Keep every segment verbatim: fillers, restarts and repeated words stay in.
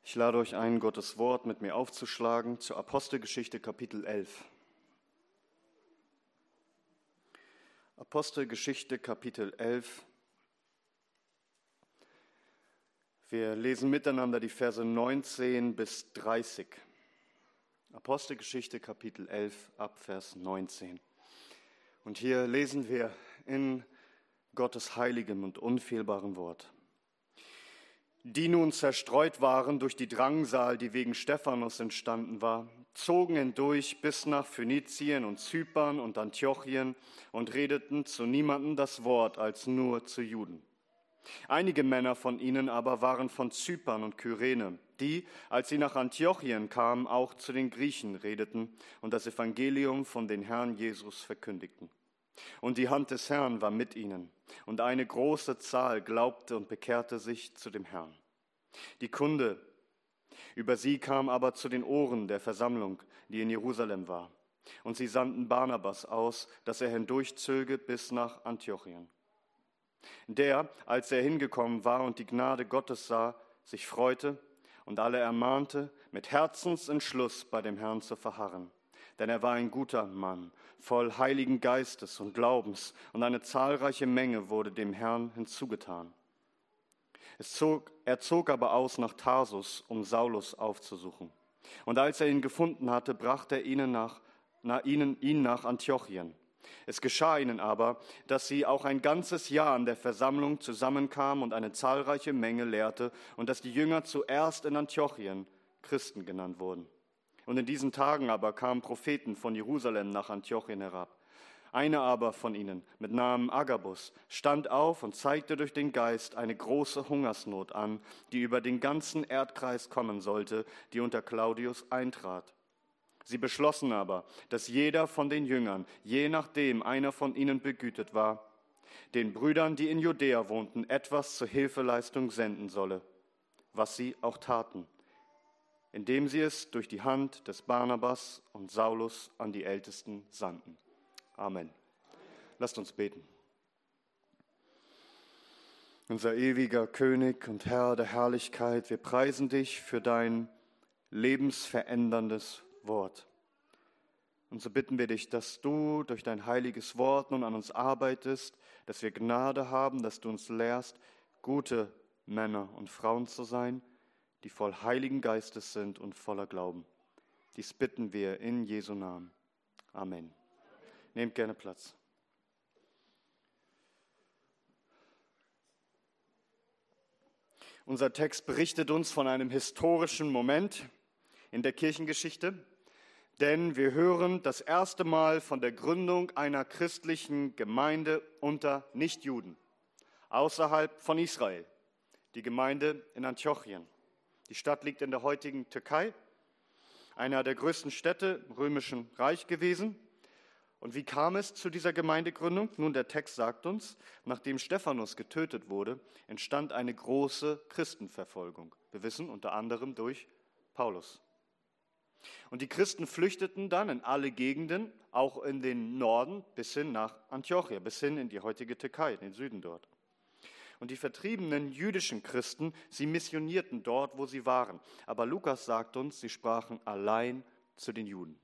Ich lade euch ein, Gottes Wort mit mir aufzuschlagen zur Apostelgeschichte Kapitel elf. Apostelgeschichte Kapitel elf. Wir lesen miteinander die Verse neunzehn bis dreißig. Apostelgeschichte Kapitel elf ab Vers neunzehn. Und hier lesen wir in Gottes heiligem und unfehlbarem Wort. Die nun zerstreut waren durch die Drangsal, die wegen Stephanus entstanden war, zogen hindurch bis nach Phönizien und Zypern und Antiochien und redeten zu niemandem das Wort als nur zu Juden. Einige Männer von ihnen aber waren von Zypern und Kyrene, die, als sie nach Antiochien kamen, auch zu den Griechen redeten und das Evangelium von den Herrn Jesus verkündigten. Und die Hand des Herrn war mit ihnen, und eine große Zahl glaubte und bekehrte sich zu dem Herrn. Die Kunde über sie kam aber zu den Ohren der Versammlung, die in Jerusalem war. Und sie sandten Barnabas aus, dass er hindurchzöge bis nach Antiochien. Der, als er hingekommen war und die Gnade Gottes sah, sich freute und alle ermahnte, mit Herzensentschluss bei dem Herrn zu verharren. Denn er war ein guter Mann, voll Heiligen Geistes und Glaubens, und eine zahlreiche Menge wurde dem Herrn hinzugetan. Es zog, er zog aber aus nach Tarsus, um Saulus aufzusuchen. Und als er ihn gefunden hatte, brachte er ihnen nach, nach ihnen, ihn nach Antiochien. Es geschah ihnen aber, dass sie auch ein ganzes Jahr an der Versammlung zusammenkamen und eine zahlreiche Menge lehrte und dass die Jünger zuerst in Antiochien Christen genannt wurden. Und in diesen Tagen aber kamen Propheten von Jerusalem nach Antiochien herab. Einer aber von ihnen, mit Namen Agabus, stand auf und zeigte durch den Geist eine große Hungersnot an, die über den ganzen Erdkreis kommen sollte, die unter Claudius eintrat. Sie beschlossen aber, dass jeder von den Jüngern, je nachdem einer von ihnen begütet war, den Brüdern, die in Judäa wohnten, etwas zur Hilfeleistung senden solle, was sie auch taten, indem sie es durch die Hand des Barnabas und Saulus an die Ältesten sandten. Amen. Lasst uns beten. Unser ewiger König und Herr der Herrlichkeit, wir preisen dich für dein lebensveränderndes Wort. Und so bitten wir dich, dass du durch dein heiliges Wort nun an uns arbeitest, dass wir Gnade haben, dass du uns lehrst, gute Männer und Frauen zu sein, die voll Heiligen Geistes sind und voller Glauben. Dies bitten wir in Jesu Namen. Amen. Nehmt gerne Platz. Unser Text berichtet uns von einem historischen Moment in der Kirchengeschichte, denn wir hören das erste Mal von der Gründung einer christlichen Gemeinde unter Nichtjuden, außerhalb von Israel, die Gemeinde in Antiochien. Die Stadt liegt in der heutigen Türkei, einer der größten Städte im Römischen Reich gewesen. Und wie kam es zu dieser Gemeindegründung? Nun, der Text sagt uns, nachdem Stephanus getötet wurde, entstand eine große Christenverfolgung. Wir wissen, unter anderem durch Paulus. Und die Christen flüchteten dann in alle Gegenden, auch in den Norden, bis hin nach Antiochia, bis hin in die heutige Türkei, in den Süden dort. Und die vertriebenen jüdischen Christen, sie missionierten dort, wo sie waren. Aber Lukas sagt uns, sie sprachen allein zu den Juden.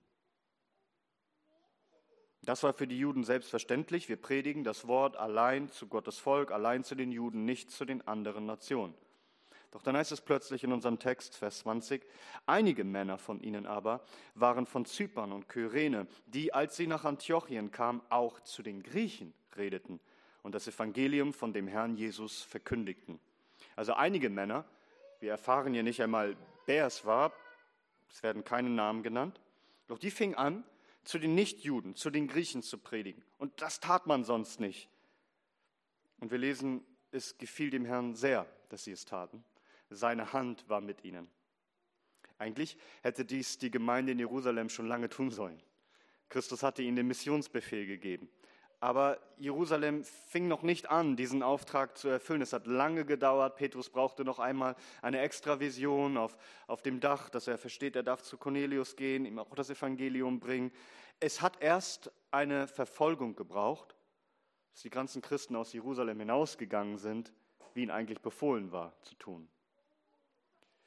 Das war für die Juden selbstverständlich. Wir predigen das Wort allein zu Gottes Volk, allein zu den Juden, nicht zu den anderen Nationen. Doch dann heißt es plötzlich in unserem Text, Vers zwanzig, einige Männer von ihnen aber waren von Zypern und Kyrene, die, als sie nach Antiochien kamen, auch zu den Griechen redeten und das Evangelium von dem Herrn Jesus verkündigten. Also einige Männer, wir erfahren hier nicht einmal, wer es war, es werden keine Namen genannt, doch die fingen an, zu den Nichtjuden, zu den Griechen zu predigen. Und das tat man sonst nicht. Und wir lesen, es gefiel dem Herrn sehr, dass sie es taten. Seine Hand war mit ihnen. Eigentlich hätte dies die Gemeinde in Jerusalem schon lange tun sollen. Christus hatte ihnen den Missionsbefehl gegeben. Aber Jerusalem fing noch nicht an, diesen Auftrag zu erfüllen. Es hat lange gedauert. Petrus brauchte noch einmal eine Extravision auf, auf dem Dach, dass er versteht, er darf zu Cornelius gehen, ihm auch das Evangelium bringen. Es hat erst eine Verfolgung gebraucht, dass die ganzen Christen aus Jerusalem hinausgegangen sind, wie ihnen eigentlich befohlen war zu tun.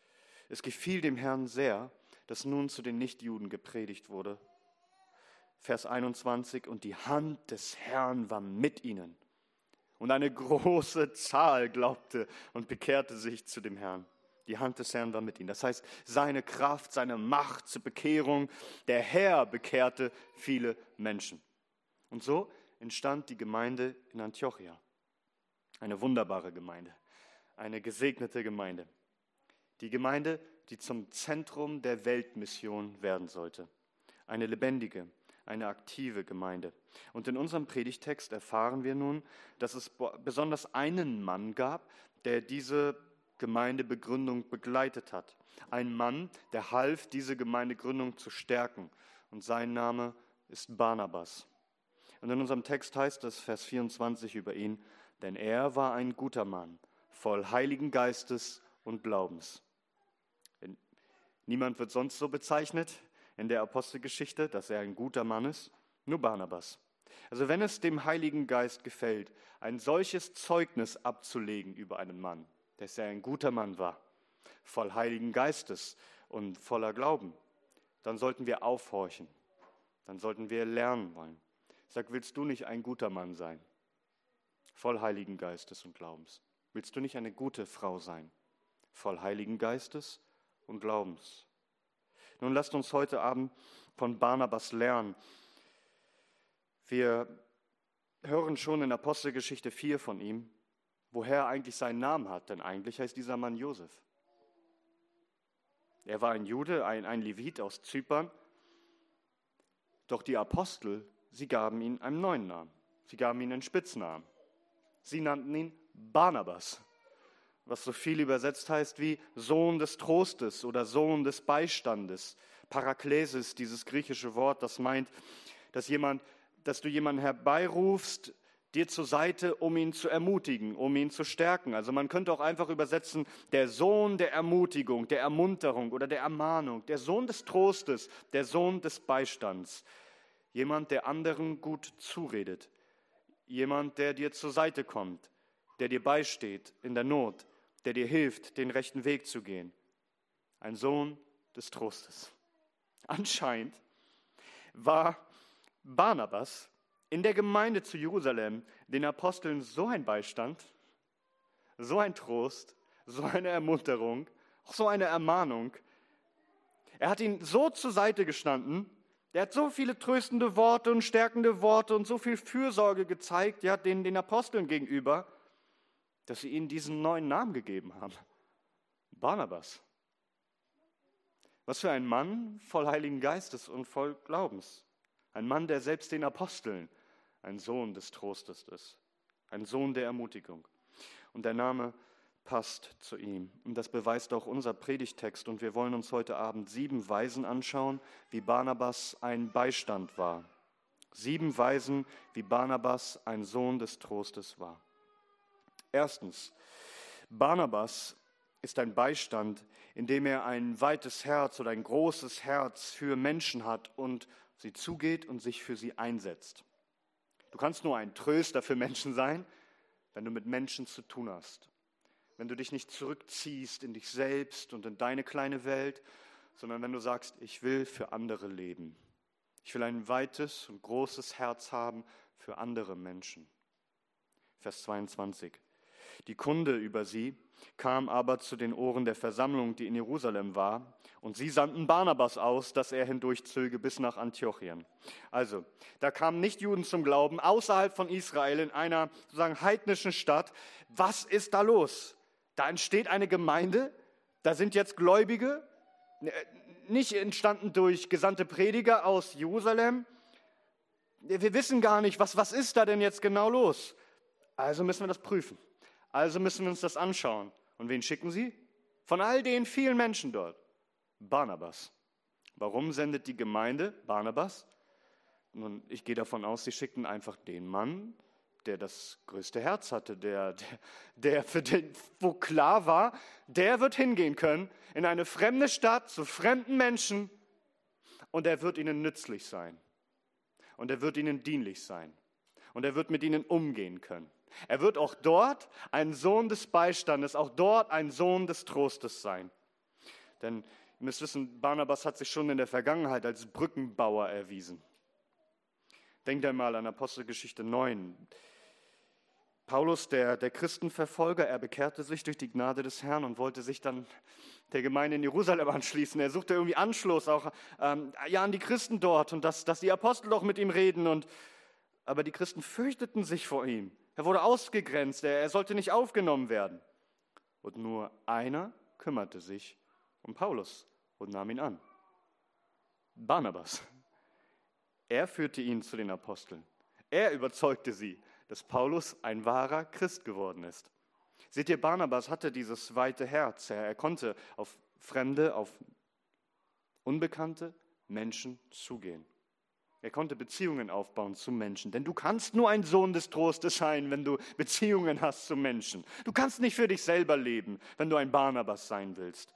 Es gefiel dem Herrn sehr, dass nun zu den Nichtjuden gepredigt wurde. Vers einundzwanzig, und die Hand des Herrn war mit ihnen. Und eine große Zahl glaubte und bekehrte sich zu dem Herrn. Die Hand des Herrn war mit ihnen. Das heißt, seine Kraft, seine Macht zur Bekehrung, der Herr bekehrte viele Menschen. Und so entstand die Gemeinde in Antiochia. Eine wunderbare Gemeinde, eine gesegnete Gemeinde. Die Gemeinde, die zum Zentrum der Weltmission werden sollte. Eine lebendige, eine aktive Gemeinde. Und in unserem Predigtext erfahren wir nun, dass es besonders einen Mann gab, der diese Gemeindebegründung begleitet hat. Ein Mann, der half, diese Gemeindegründung zu stärken. Und sein Name ist Barnabas. Und in unserem Text heißt es, Vers vierundzwanzig über ihn, denn er war ein guter Mann, voll Heiligen Geistes und Glaubens. Niemand wird sonst so bezeichnet in der Apostelgeschichte, dass er ein guter Mann ist, nur Barnabas. Also wenn es dem Heiligen Geist gefällt, ein solches Zeugnis abzulegen über einen Mann, dass er ein guter Mann war, voll Heiligen Geistes und voller Glauben, dann sollten wir aufhorchen, dann sollten wir lernen wollen. Ich sage, willst du nicht ein guter Mann sein, voll Heiligen Geistes und Glaubens? Willst du nicht eine gute Frau sein, voll Heiligen Geistes und Glaubens? Nun lasst uns heute Abend von Barnabas lernen. Wir hören schon in Apostelgeschichte vier von ihm, woher er eigentlich seinen Namen hat, denn eigentlich heißt dieser Mann Josef. Er war ein Jude, ein, ein Levit aus Zypern, doch die Apostel, sie gaben ihm einen neuen Namen, sie gaben ihm einen Spitznamen. Sie nannten ihn Barnabas, was so viel übersetzt heißt wie Sohn des Trostes oder Sohn des Beistandes. Paraklesis, dieses griechische Wort, das meint, dass, jemand, dass du jemanden herbeirufst, dir zur Seite, um ihn zu ermutigen, um ihn zu stärken. Also man könnte auch einfach übersetzen, der Sohn der Ermutigung, der Ermunterung oder der Ermahnung, der Sohn des Trostes, der Sohn des Beistands. Jemand, der anderen gut zuredet. Jemand, der dir zur Seite kommt, der dir beisteht in der Not, der dir hilft, den rechten Weg zu gehen. Ein Sohn des Trostes. Anscheinend war Barnabas in der Gemeinde zu Jerusalem den Aposteln so ein Beistand, so ein Trost, so eine Ermunterung, so eine Ermahnung. Er hat ihnen so zur Seite gestanden, er hat so viele tröstende Worte und stärkende Worte und so viel Fürsorge gezeigt, ja, den, den Aposteln gegenüber, dass sie ihnen diesen neuen Namen gegeben haben. Barnabas. Was für ein Mann voll Heiligen Geistes und voll Glaubens. Ein Mann, der selbst den Aposteln ein Sohn des Trostes ist. Ein Sohn der Ermutigung. Und der Name passt zu ihm. Und das beweist auch unser Predigtext. Und wir wollen uns heute Abend sieben Weisen anschauen, wie Barnabas ein Beistand war. Sieben Weisen, wie Barnabas ein Sohn des Trostes war. Erstens, Barnabas ist ein Beistand, indem er ein weites Herz oder ein großes Herz für Menschen hat und sie zugeht und sich für sie einsetzt. Du kannst nur ein Tröster für Menschen sein, wenn du mit Menschen zu tun hast. Wenn du dich nicht zurückziehst in dich selbst und in deine kleine Welt, sondern wenn du sagst, ich will für andere leben. Ich will ein weites und großes Herz haben für andere Menschen. Vers zweiundzwanzig. Die Kunde über sie kam aber zu den Ohren der Versammlung, die in Jerusalem war, und sie sandten Barnabas aus, dass er hindurchzöge bis nach Antiochien. Also, da kamen Nichtjuden zum Glauben außerhalb von Israel in einer sozusagen heidnischen Stadt. Was ist da los? Da entsteht eine Gemeinde, da sind jetzt Gläubige, nicht entstanden durch gesandte Prediger aus Jerusalem. Wir wissen gar nicht, was, was ist da denn jetzt genau los? Also müssen wir das prüfen. Also müssen wir uns das anschauen. Und wen schicken sie? Von all den vielen Menschen dort. Barnabas. Warum sendet die Gemeinde Barnabas? Nun, ich gehe davon aus, sie schickten einfach den Mann, der das größte Herz hatte, der, der, der für den, wo klar war, der wird hingehen können in eine fremde Stadt zu fremden Menschen und er wird ihnen nützlich sein. Und er wird ihnen dienlich sein. Und er wird mit ihnen umgehen können. Er wird auch dort ein Sohn des Beistandes, auch dort ein Sohn des Trostes sein. Denn ihr müsst wissen, Barnabas hat sich schon in der Vergangenheit als Brückenbauer erwiesen. Denkt einmal an Apostelgeschichte neun. Paulus, der, der Christenverfolger, er bekehrte sich durch die Gnade des Herrn und wollte sich dann der Gemeinde in Jerusalem anschließen. Er suchte irgendwie Anschluss auch ähm, ja, an die Christen dort und dass, dass die Apostel doch mit ihm reden. Und, aber die Christen fürchteten sich vor ihm. Er wurde ausgegrenzt, er, er sollte nicht aufgenommen werden. Und nur einer kümmerte sich um Paulus und nahm ihn an. Barnabas. Er führte ihn zu den Aposteln. Er überzeugte sie, dass Paulus ein wahrer Christ geworden ist. Seht ihr, Barnabas hatte dieses weite Herz. Er, er konnte auf fremde, auf unbekannte Menschen zugehen. Er konnte Beziehungen aufbauen zu Menschen. Denn du kannst nur ein Sohn des Trostes sein, wenn du Beziehungen hast zu Menschen. Du kannst nicht für dich selber leben, wenn du ein Barnabas sein willst.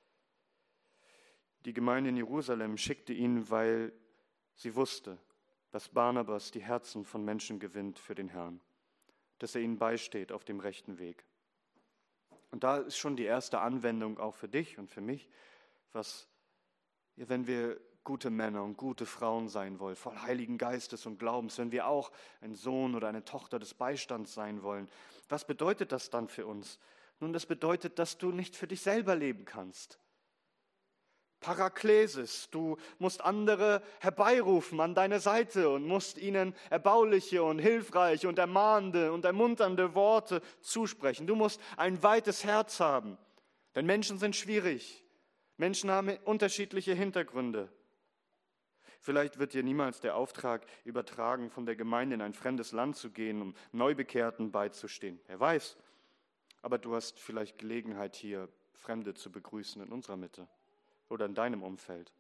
Die Gemeinde in Jerusalem schickte ihn, weil sie wusste, dass Barnabas die Herzen von Menschen gewinnt für den Herrn, dass er ihnen beisteht auf dem rechten Weg. Und da ist schon die erste Anwendung auch für dich und für mich, was, wenn wir gute Männer und gute Frauen sein wollen, voll Heiligen Geistes und Glaubens, wenn wir auch ein Sohn oder eine Tochter des Beistands sein wollen, was bedeutet das dann für uns? Nun, das bedeutet, dass du nicht für dich selber leben kannst. Paraklesis, du musst andere herbeirufen an deine Seite und musst ihnen erbauliche und hilfreiche und ermahnende und ermunternde Worte zusprechen. Du musst ein weites Herz haben, denn Menschen sind schwierig. Menschen haben unterschiedliche Hintergründe. Vielleicht wird dir niemals der Auftrag übertragen, von der Gemeinde in ein fremdes Land zu gehen, um Neubekehrten beizustehen. Wer weiß, aber du hast vielleicht Gelegenheit, hier Fremde zu begrüßen in unserer Mitte oder in deinem Umfeld.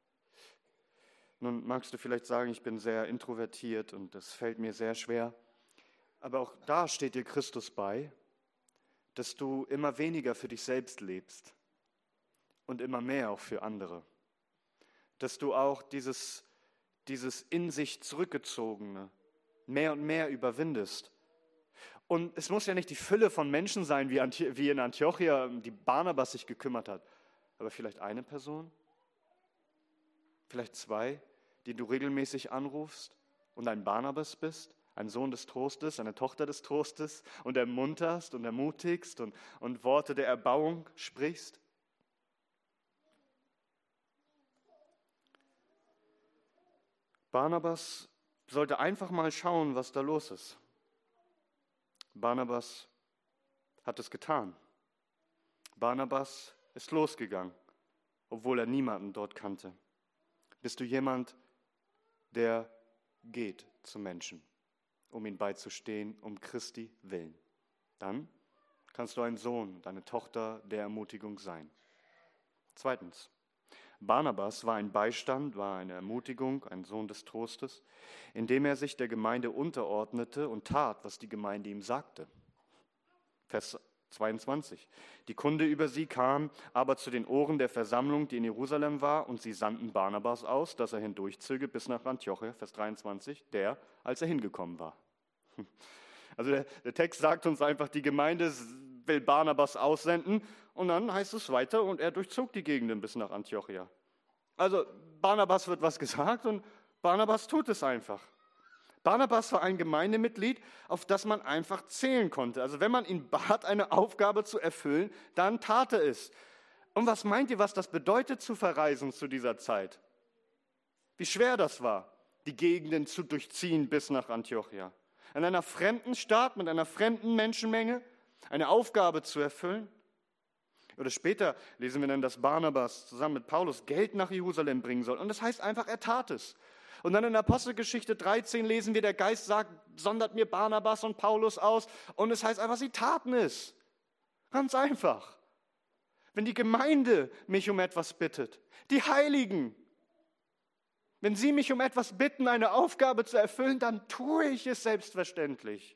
Nun magst du vielleicht sagen, ich bin sehr introvertiert und das fällt mir sehr schwer, aber auch da steht dir Christus bei, dass du immer weniger für dich selbst lebst und immer mehr auch für andere. Dass du auch dieses, dieses in sich zurückgezogene mehr und mehr überwindest. Und es muss ja nicht die Fülle von Menschen sein, wie, Anti- wie in Antiochia, die Barnabas sich gekümmert hat, aber vielleicht eine Person, vielleicht zwei, die du regelmäßig anrufst und ein Barnabas bist, ein Sohn des Trostes, eine Tochter des Trostes und ermunterst und ermutigst und, und Worte der Erbauung sprichst. Barnabas sollte einfach mal schauen, was da los ist. Barnabas hat es getan. Barnabas ist losgegangen, obwohl er niemanden dort kannte. Bist du jemand, der geht zu Menschen, um ihnen beizustehen, um Christi willen? Dann kannst du ein Sohn und eine Tochter der Ermutigung sein. Zweitens. Barnabas war ein Beistand, war eine Ermutigung, ein Sohn des Trostes, indem er sich der Gemeinde unterordnete und tat, was die Gemeinde ihm sagte. Vers zweiundzwanzig. Die Kunde über sie kam aber zu den Ohren der Versammlung, die in Jerusalem war, und sie sandten Barnabas aus, dass er hindurchzöge bis nach Antiochia, Vers dreiundzwanzig, der, als er hingekommen war. Also der, der Text sagt uns einfach, die Gemeinde will Barnabas aussenden und dann heißt es weiter, und er durchzog die Gegenden bis nach Antiochia. Also Barnabas wird was gesagt und Barnabas tut es einfach. Barnabas war ein Gemeindemitglied, auf das man einfach zählen konnte. Also wenn man ihn bat, eine Aufgabe zu erfüllen, dann tat er es. Und was meint ihr, was das bedeutet, zu verreisen zu dieser Zeit? Wie schwer das war, die Gegenden zu durchziehen bis nach Antiochia. In einer fremden Stadt, mit einer fremden Menschenmenge, eine Aufgabe zu erfüllen. Oder später lesen wir dann, dass Barnabas zusammen mit Paulus Geld nach Jerusalem bringen soll. Und das heißt einfach, er tat es. Und dann in Apostelgeschichte dreizehn lesen wir, der Geist sagt, sondert mir Barnabas und Paulus aus. Und es heißt einfach, sie taten es. Ganz einfach. Wenn die Gemeinde mich um etwas bittet, die Heiligen, wenn sie mich um etwas bitten, eine Aufgabe zu erfüllen, dann tue ich es selbstverständlich.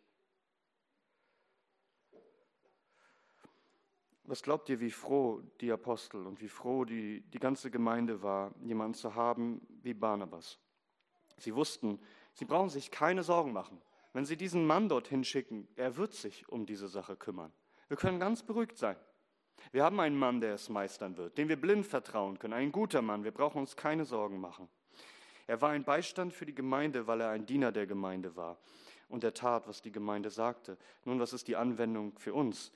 Was glaubt ihr, wie froh die Apostel und wie froh die, die ganze Gemeinde war, jemanden zu haben wie Barnabas? Sie wussten, sie brauchen sich keine Sorgen machen. Wenn sie diesen Mann dorthin schicken, er wird sich um diese Sache kümmern. Wir können ganz beruhigt sein. Wir haben einen Mann, der es meistern wird, dem wir blind vertrauen können. Ein guter Mann, wir brauchen uns keine Sorgen machen. Er war ein Beistand für die Gemeinde, weil er ein Diener der Gemeinde war und er tat, was die Gemeinde sagte. Nun, was ist die Anwendung für uns?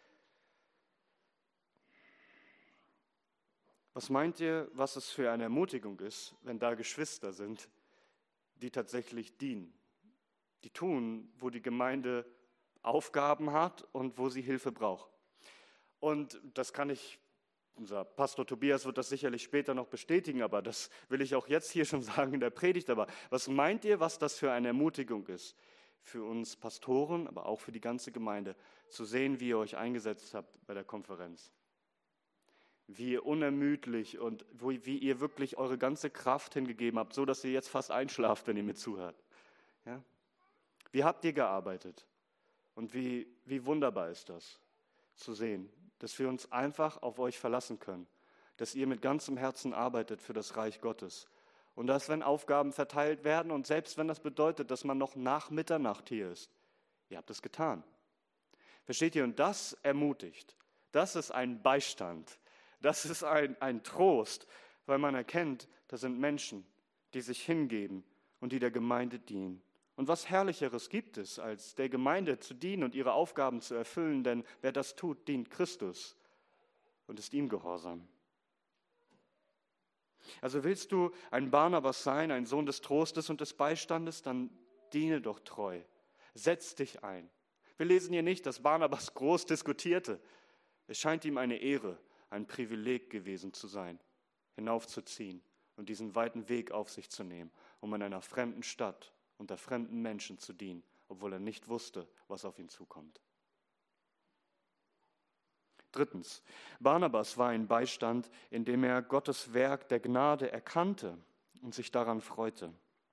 Was meint ihr, was es für eine Ermutigung ist, wenn da Geschwister sind, die tatsächlich dienen, die tun, wo die Gemeinde Aufgaben hat und wo sie Hilfe braucht? Und das kann ich, unser Pastor Tobias wird das sicherlich später noch bestätigen, aber das will ich auch jetzt hier schon sagen in der Predigt. Aber was meint ihr, was das für eine Ermutigung ist für uns Pastoren, aber auch für die ganze Gemeinde, zu sehen, wie ihr euch eingesetzt habt bei der Konferenz? Wie ihr unermüdlich und wie ihr wirklich eure ganze Kraft hingegeben habt, so dass ihr jetzt fast einschlaft, wenn ihr mir zuhört. Ja? Wie habt ihr gearbeitet? Und wie, wie wunderbar ist das, zu sehen, dass wir uns einfach auf euch verlassen können, dass ihr mit ganzem Herzen arbeitet für das Reich Gottes. Und dass, wenn Aufgaben verteilt werden und selbst wenn das bedeutet, dass man noch nach Mitternacht hier ist, ihr habt es getan. Versteht ihr? Und das ermutigt. Das ist ein Beistand. Das ist ein, ein Trost, weil man erkennt, das sind Menschen, die sich hingeben und die der Gemeinde dienen. Und was Herrlicheres gibt es, als der Gemeinde zu dienen und ihre Aufgaben zu erfüllen, denn wer das tut, dient Christus und ist ihm gehorsam. Also willst du ein Barnabas sein, ein Sohn des Trostes und des Beistandes, dann diene doch treu. Setz dich ein. Wir lesen hier nicht, dass Barnabas groß diskutierte. Es scheint ihm eine Ehre, ein Privileg gewesen zu sein, hinaufzuziehen und diesen weiten Weg auf sich zu nehmen, um in einer fremden Stadt unter fremden Menschen zu dienen, obwohl er nicht wusste, was auf ihn zukommt. Drittens, Barnabas war ein Beistand, in dem er Gottes Werk der Gnade erkannte und sich daran freute.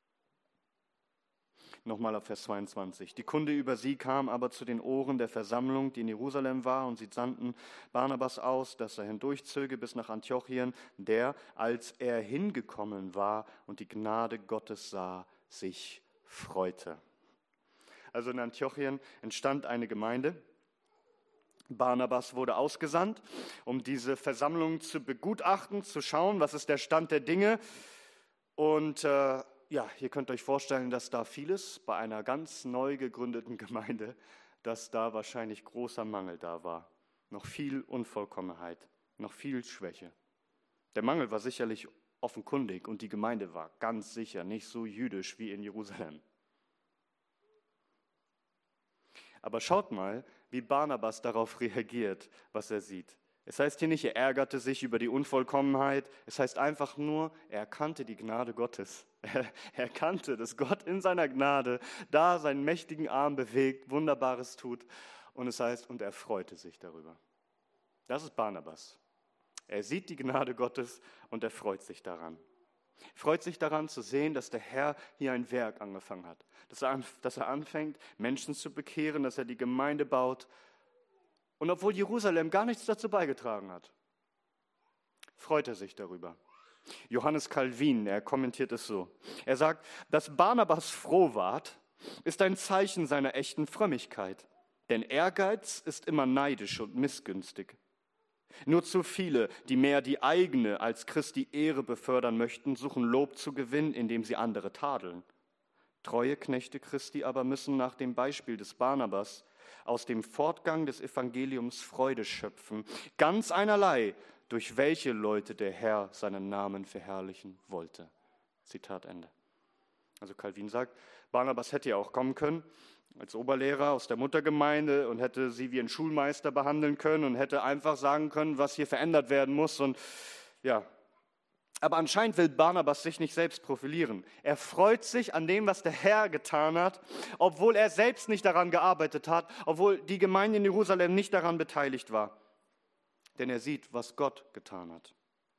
Nochmal auf Vers zweiundzwanzig. Die Kunde über sie kam aber zu den Ohren der Versammlung, die in Jerusalem war, und sie sandten Barnabas aus, dass er hindurchzöge bis nach Antiochien, der, als er hingekommen war und die Gnade Gottes sah, sich freute. Also in Antiochien entstand eine Gemeinde. Barnabas wurde ausgesandt, um diese Versammlung zu begutachten, zu schauen, was ist der Stand der Dinge. Und äh, ja, ihr könnt euch vorstellen, dass da vieles bei einer ganz neu gegründeten Gemeinde, dass da wahrscheinlich großer Mangel da war. Noch viel Unvollkommenheit, noch viel Schwäche. Der Mangel war sicherlich offenkundig und die Gemeinde war ganz sicher nicht so jüdisch wie in Jerusalem. Aber schaut mal, wie Barnabas darauf reagiert, was er sieht. Es heißt hier nicht, er ärgerte sich über die Unvollkommenheit. Es heißt einfach nur, er erkannte die Gnade Gottes. Er erkannte, dass Gott in seiner Gnade da seinen mächtigen Arm bewegt, Wunderbares tut. Und es heißt, und er freute sich darüber. Das ist Barnabas. Er sieht die Gnade Gottes und er freut sich daran. Er freut sich daran zu sehen, dass der Herr hier ein Werk angefangen hat. Dass er, dass er anfängt, Menschen zu bekehren, dass er die Gemeinde baut. Und obwohl Jerusalem gar nichts dazu beigetragen hat, freut er sich darüber. Johannes Calvin, er kommentiert es so. Er sagt, dass Barnabas froh ward, ist ein Zeichen seiner echten Frömmigkeit. Denn Ehrgeiz ist immer neidisch und missgünstig. Nur zu viele, die mehr die eigene als Christi Ehre befördern möchten, suchen Lob zu gewinnen, indem sie andere tadeln. Treue Knechte Christi aber müssen nach dem Beispiel des Barnabas aus dem Fortgang des Evangeliums Freude schöpfen, ganz einerlei, durch welche Leute der Herr seinen Namen verherrlichen wollte. Zitat Ende. Also Calvin sagt, Barnabas hätte ja auch kommen können als Oberlehrer aus der Muttergemeinde und hätte sie wie ein Schulmeister behandeln können und hätte einfach sagen können, was hier verändert werden muss. Und ja, aber anscheinend will Barnabas sich nicht selbst profilieren. Er freut sich an dem, was der Herr getan hat, obwohl er selbst nicht daran gearbeitet hat, obwohl die Gemeinde in Jerusalem nicht daran beteiligt war. Denn er sieht, was Gott getan hat.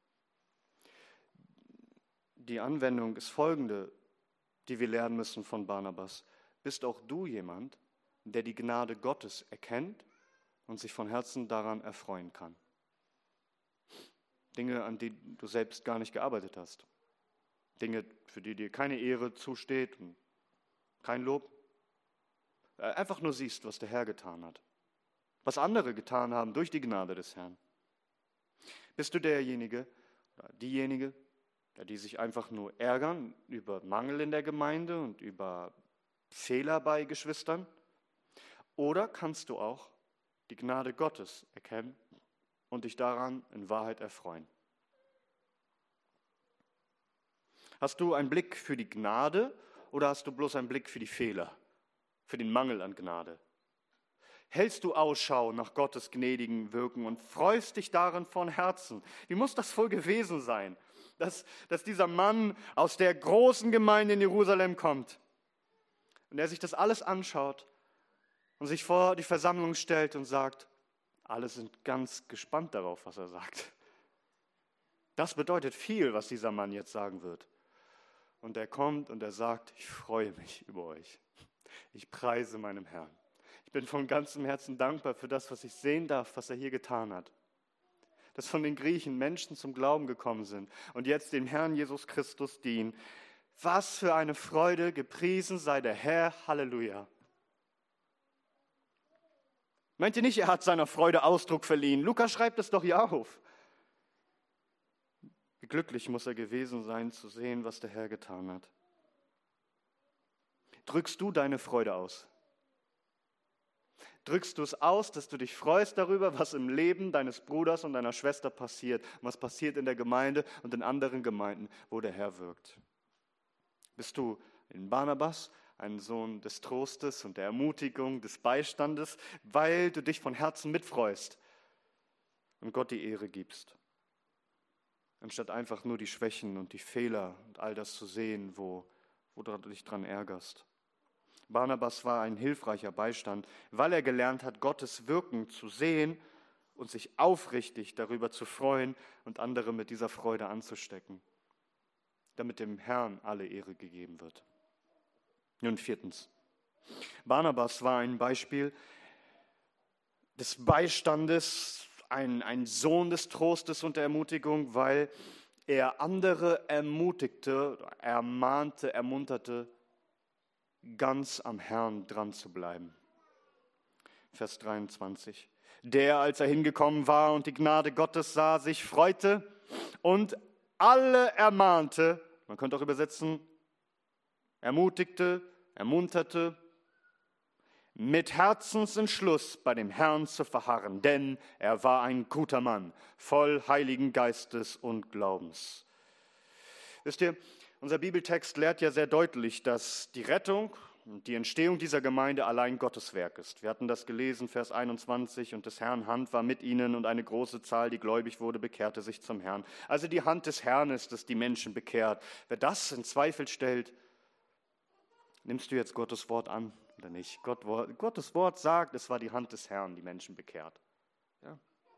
Die Anwendung ist folgende, die wir lernen müssen von Barnabas. Bist auch du jemand, der die Gnade Gottes erkennt und sich von Herzen daran erfreuen kann? Dinge, an die du selbst gar nicht gearbeitet hast. Dinge, für die dir keine Ehre zusteht, kein Lob. Einfach nur siehst, was der Herr getan hat. Was andere getan haben durch die Gnade des Herrn. Bist du derjenige oder diejenige, die sich einfach nur ärgern über Mangel in der Gemeinde und über Fehler bei Geschwistern? Oder kannst du auch die Gnade Gottes erkennen und dich daran in Wahrheit erfreuen? Hast du einen Blick für die Gnade oder hast du bloß einen Blick für die Fehler, für den Mangel an Gnade? Hältst du Ausschau nach Gottes gnädigen Wirken und freust dich darin von Herzen? Wie muss das wohl gewesen sein, dass, dass dieser Mann aus der großen Gemeinde in Jerusalem kommt und er sich das alles anschaut und sich vor die Versammlung stellt und sagt, alle sind ganz gespannt darauf, was er sagt. Das bedeutet viel, was dieser Mann jetzt sagen wird. Und er kommt und er sagt, ich freue mich über euch. Ich preise meinem Herrn. Ich bin von ganzem Herzen dankbar für das, was ich sehen darf, was er hier getan hat. Dass von den Griechen Menschen zum Glauben gekommen sind und jetzt dem Herrn Jesus Christus dienen. Was für eine Freude, gepriesen sei der Herr, Halleluja. Meint ihr nicht, er hat seiner Freude Ausdruck verliehen? Lukas schreibt es doch hier auf. Wie glücklich muss er gewesen sein, zu sehen, was der Herr getan hat. Drückst du deine Freude aus? Drückst du es aus, dass du dich freust darüber, was im Leben deines Bruders und deiner Schwester passiert, was passiert in der Gemeinde und in anderen Gemeinden, wo der Herr wirkt? Bist du in Barnabas ein Sohn des Trostes und der Ermutigung, des Beistandes, weil du dich von Herzen mitfreust und Gott die Ehre gibst? Anstatt einfach nur die Schwächen und die Fehler und all das zu sehen, wo, wo du dich dran ärgerst. Barnabas war ein hilfreicher Beistand, weil er gelernt hat, Gottes Wirken zu sehen und sich aufrichtig darüber zu freuen und andere mit dieser Freude anzustecken, damit dem Herrn alle Ehre gegeben wird. Nun viertens. Barnabas war ein Beispiel des Beistandes, ein, ein Sohn des Trostes und der Ermutigung, weil er andere ermutigte, ermahnte, ermunterte, ganz am Herrn dran zu bleiben. Vers dreiundzwanzig. Der, als er hingekommen war und die Gnade Gottes sah, sich freute und alle ermahnte, man könnte auch übersetzen, ermutigte, ermunterte, mit Herzensentschluss bei dem Herrn zu verharren, denn er war ein guter Mann, voll Heiligen Geistes und Glaubens. Wisst ihr, unser Bibeltext lehrt ja sehr deutlich, dass die Rettung und die Entstehung dieser Gemeinde allein Gottes Werk ist. Wir hatten das gelesen, Vers einundzwanzig, und des Herrn Hand war mit ihnen und eine große Zahl, die gläubig wurde, bekehrte sich zum Herrn. Also die Hand des Herrn ist es, die Menschen bekehrt. Wer das in Zweifel stellt, nimmst du jetzt Gottes Wort an oder nicht? Gott, Gottes Wort sagt, es war die Hand des Herrn, die Menschen bekehrt. Ja.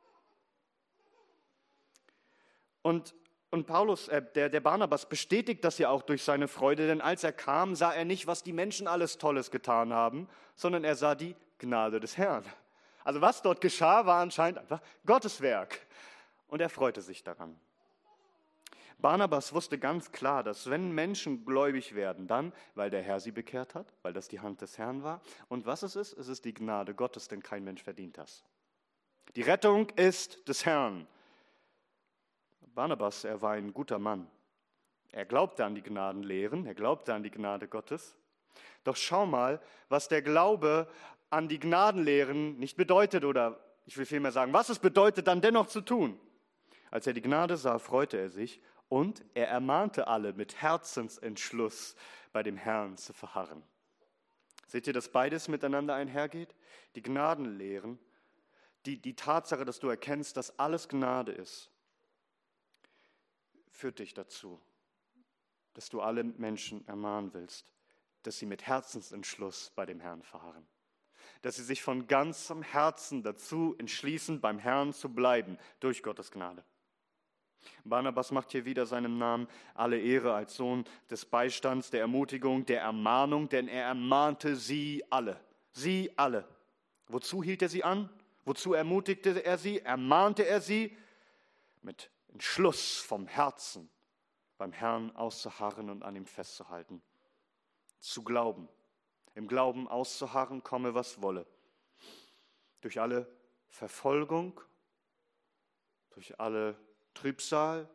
Und Und Paulus, äh, der, der Barnabas bestätigt das ja auch durch seine Freude, denn als er kam, sah er nicht, was die Menschen alles Tolles getan haben, sondern er sah die Gnade des Herrn. Also was dort geschah, war anscheinend einfach Gottes Werk. Und er freute sich daran. Barnabas wusste ganz klar, dass wenn Menschen gläubig werden, dann, weil der Herr sie bekehrt hat, weil das die Hand des Herrn war. Und was es ist, es ist die Gnade Gottes, denn kein Mensch verdient das. Die Rettung ist des Herrn. Barnabas, er war ein guter Mann. Er glaubte an die Gnadenlehren, er glaubte an die Gnade Gottes. Doch schau mal, was der Glaube an die Gnadenlehren nicht bedeutet, oder ich will vielmehr sagen, was es bedeutet, dann dennoch zu tun. Als er die Gnade sah, freute er sich und er ermahnte alle mit Herzensentschluss bei dem Herrn zu verharren. Seht ihr, dass beides miteinander einhergeht? Die Gnadenlehren, die, die Tatsache, dass du erkennst, dass alles Gnade ist, führt dich dazu, dass du alle Menschen ermahnen willst, dass sie mit Herzensentschluss bei dem Herrn verharren. Dass sie sich von ganzem Herzen dazu entschließen, beim Herrn zu bleiben, durch Gottes Gnade. Barnabas macht hier wieder seinem Namen alle Ehre als Sohn des Beistands, der Ermutigung, der Ermahnung, denn er ermahnte sie alle. Sie alle. Wozu hielt er sie an? Wozu ermutigte er sie? Ermahnte er sie? Mit Entschluss vom Herzen beim Herrn auszuharren und an ihm festzuhalten. Zu glauben. Im Glauben auszuharren, komme was wolle. Durch alle Verfolgung, durch alle Trübsal,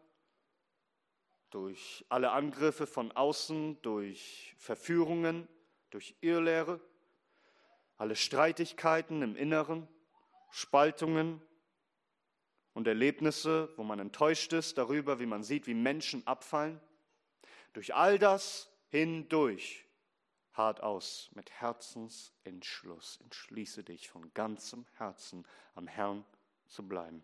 durch alle Angriffe von außen, durch Verführungen, durch Irrlehre, alle Streitigkeiten im Inneren, Spaltungen und Erlebnisse, wo man enttäuscht ist darüber, wie man sieht, wie Menschen abfallen. Durch all das hindurch, hart aus, mit Herzensentschluss, entschließe dich von ganzem Herzen am Herrn zu bleiben.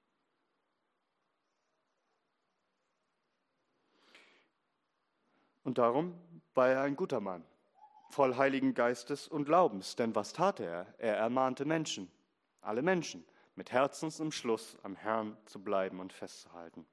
Und darum war er ein guter Mann, voll Heiligen Geistes und Glaubens. Denn was tat er? Er ermahnte Menschen, alle Menschen, mit Herzensentschluss am Herrn zu bleiben und festzuhalten.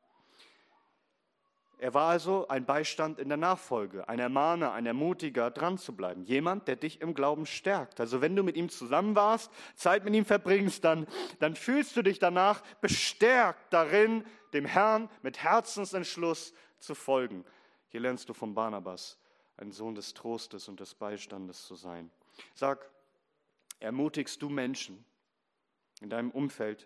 Er war also ein Beistand in der Nachfolge, ein Ermahner, ein Ermutiger, dran zu bleiben. Jemand, der dich im Glauben stärkt. Also wenn du mit ihm zusammen warst, Zeit mit ihm verbringst, dann, dann fühlst du dich danach bestärkt darin, dem Herrn mit Herzensentschluss zu folgen. Hier lernst du von Barnabas, ein Sohn des Trostes und des Beistandes zu sein. Sag, ermutigst du Menschen in deinem Umfeld,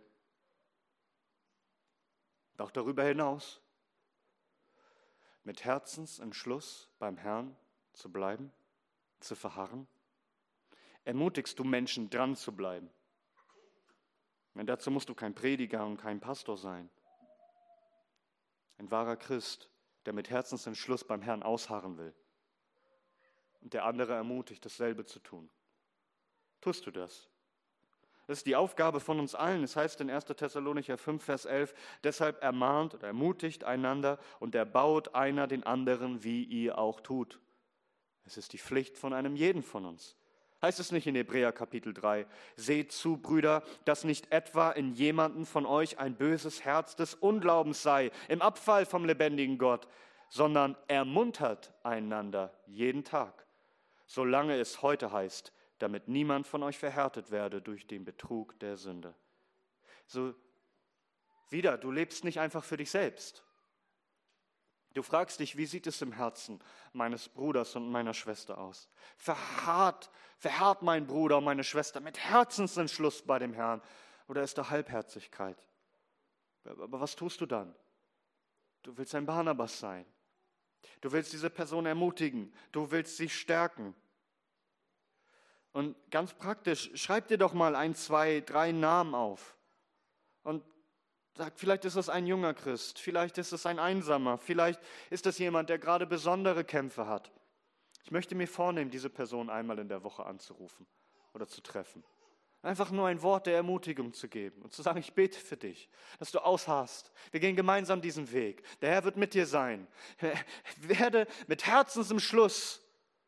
auch darüber hinaus, mit Herzensentschluss beim Herrn zu bleiben, zu verharren? Ermutigst du Menschen, dran zu bleiben? Denn dazu musst du kein Prediger und kein Pastor sein. Ein wahrer Christ, der mit Herzensentschluss beim Herrn ausharren will und der andere ermutigt, dasselbe zu tun. Tust du das? Das ist die Aufgabe von uns allen. Es heißt in erster Thessalonicher fünf, Vers elf, deshalb ermahnt oder ermutigt einander und erbaut einer den anderen, wie ihr auch tut. Es ist die Pflicht von einem jeden von uns. Heißt es nicht in Hebräer Kapitel drei, seht zu, Brüder, dass nicht etwa in jemanden von euch ein böses Herz des Unglaubens sei, im Abfall vom lebendigen Gott, sondern ermuntert einander jeden Tag, solange es heute heißt, damit niemand von euch verhärtet werde durch den Betrug der Sünde. So, wieder, du lebst nicht einfach für dich selbst. Du fragst dich, wie sieht es im Herzen meines Bruders und meiner Schwester aus? Verharrt, verharrt mein Bruder und meine Schwester mit Herzensentschluss bei dem Herrn? Oder ist da Halbherzigkeit? Aber was tust du dann? Du willst ein Barnabas sein. Du willst diese Person ermutigen. Du willst sie stärken. Und ganz praktisch, schreib dir doch mal ein, zwei, drei Namen auf. Und sag, vielleicht ist es ein junger Christ, vielleicht ist es ein Einsamer, vielleicht ist es jemand, der gerade besondere Kämpfe hat. Ich möchte mir vornehmen, diese Person einmal in der Woche anzurufen oder zu treffen. Einfach nur ein Wort der Ermutigung zu geben und zu sagen, ich bete für dich, dass du ausharrst. Wir gehen gemeinsam diesen Weg. Der Herr wird mit dir sein. Werde mit Herzensentschluss,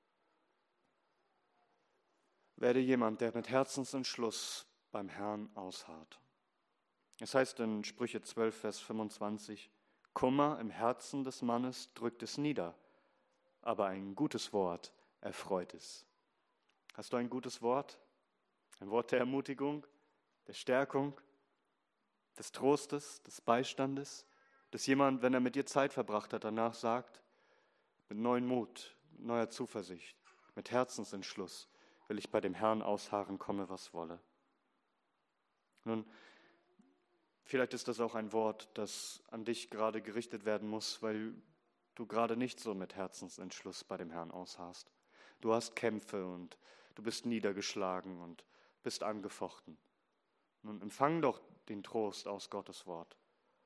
werde jemand, der mit Herzensentschluss beim Herrn ausharrt. Es heißt in Sprüche zwölf, Vers fünfundzwanzig, Kummer im Herzen des Mannes drückt es nieder, aber ein gutes Wort erfreut es. Hast du ein gutes Wort? Ein Wort der Ermutigung, der Stärkung, des Trostes, des Beistandes, dass jemand, wenn er mit dir Zeit verbracht hat, danach sagt, mit neuem Mut, mit neuer Zuversicht, mit Herzensentschluss will ich bei dem Herrn ausharren, komme, was wolle. Nun, vielleicht ist das auch ein Wort, das an dich gerade gerichtet werden muss, weil du gerade nicht so mit Herzensentschluss bei dem Herrn ausharrst. Du hast Kämpfe und du bist niedergeschlagen und bist angefochten. Nun empfang doch den Trost aus Gottes Wort.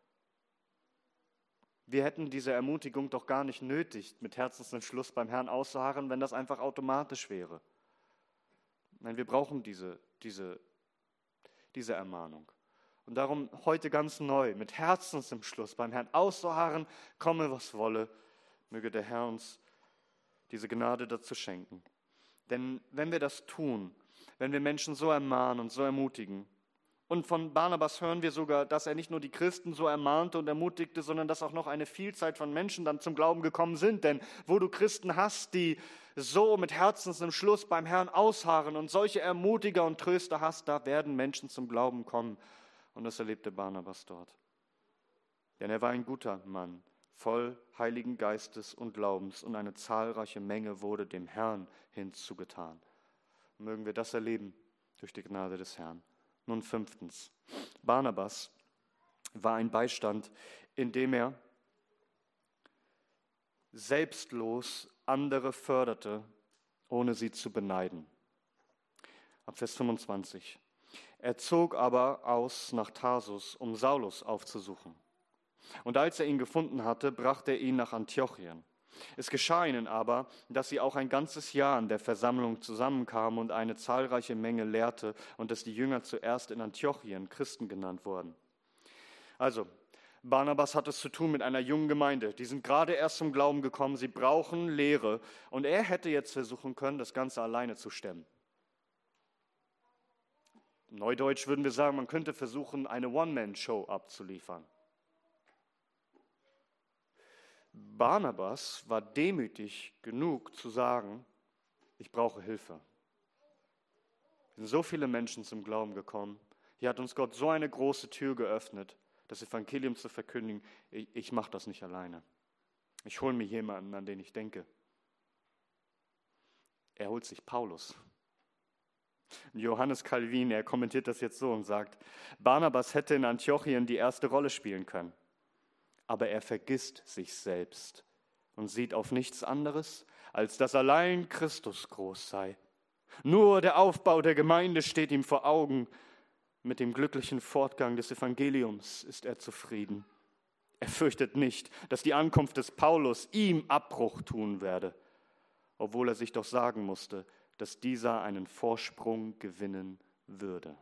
Wir hätten diese Ermutigung doch gar nicht nötig, mit Herzensentschluss beim Herrn auszuharren, wenn das einfach automatisch wäre. Nein, wir brauchen diese, diese, diese Ermahnung. Und darum heute ganz neu, mit Herzensentschluss beim Herrn auszuharren, komme was wolle, möge der Herr uns diese Gnade dazu schenken. Denn wenn wir das tun, wenn wir Menschen so ermahnen und so ermutigen, und von Barnabas hören wir sogar, dass er nicht nur die Christen so ermahnte und ermutigte, sondern dass auch noch eine Vielzahl von Menschen dann zum Glauben gekommen sind. Denn wo du Christen hast, die so mit Herzensentschluss beim Herrn ausharren und solche Ermutiger und Tröster hast, da werden Menschen zum Glauben kommen. Und das erlebte Barnabas dort. Denn er war ein guter Mann, voll Heiligen Geistes und Glaubens, und eine zahlreiche Menge wurde dem Herrn hinzugetan. Mögen wir das erleben durch die Gnade des Herrn. Nun fünftens, Barnabas war ein Beistand, in dem er selbstlos andere förderte, ohne sie zu beneiden. Ab Vers fünfundzwanzig. Er zog aber aus nach Tarsus, um Saulus aufzusuchen. Und als er ihn gefunden hatte, brachte er ihn nach Antiochien. Es geschah ihnen aber, dass sie auch ein ganzes Jahr in der Versammlung zusammenkamen und eine zahlreiche Menge lehrte und dass die Jünger zuerst in Antiochien Christen genannt wurden. Also, Barnabas hat es zu tun mit einer jungen Gemeinde. Die sind gerade erst zum Glauben gekommen, sie brauchen Lehre. Und er hätte jetzt versuchen können, das Ganze alleine zu stemmen. Neudeutsch würden wir sagen, man könnte versuchen, eine One-Man-Show abzuliefern. Barnabas war demütig genug zu sagen, ich brauche Hilfe. Es sind so viele Menschen zum Glauben gekommen. Hier hat uns Gott so eine große Tür geöffnet, das Evangelium zu verkündigen. Ich, ich mache das nicht alleine. Ich hole mir jemanden, an den ich denke. Er holt sich Paulus. Johannes Calvin, er kommentiert das jetzt so und sagt, Barnabas hätte in Antiochien die erste Rolle spielen können. Aber er vergisst sich selbst und sieht auf nichts anderes, als dass allein Christus groß sei. Nur der Aufbau der Gemeinde steht ihm vor Augen. Mit dem glücklichen Fortgang des Evangeliums ist er zufrieden. Er fürchtet nicht, dass die Ankunft des Paulus ihm Abbruch tun werde, obwohl er sich doch sagen musste, dass dieser einen Vorsprung gewinnen würde.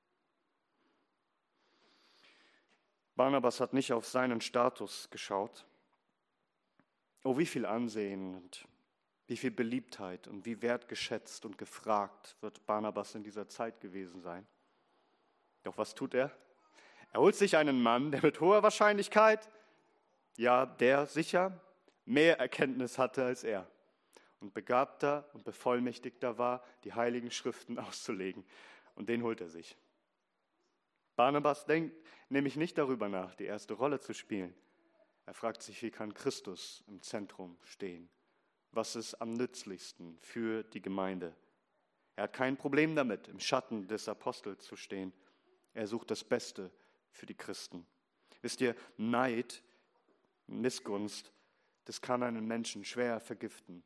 Barnabas hat nicht auf seinen Status geschaut. Oh, wie viel Ansehen und wie viel Beliebtheit und wie wertgeschätzt und gefragt wird Barnabas in dieser Zeit gewesen sein. Doch was tut er? Er holt sich einen Mann, der mit hoher Wahrscheinlichkeit, ja, der sicher mehr Erkenntnis hatte als er und begabter und bevollmächtigter war, die Heiligen Schriften auszulegen. Und den holt er sich. Barnabas denkt nämlich nicht darüber nach, die erste Rolle zu spielen. Er fragt sich, wie kann Christus im Zentrum stehen? Was ist am nützlichsten für die Gemeinde? Er hat kein Problem damit, im Schatten des Apostels zu stehen. Er sucht das Beste für die Christen. Wisst ihr, Neid, Missgunst, das kann einen Menschen schwer vergiften.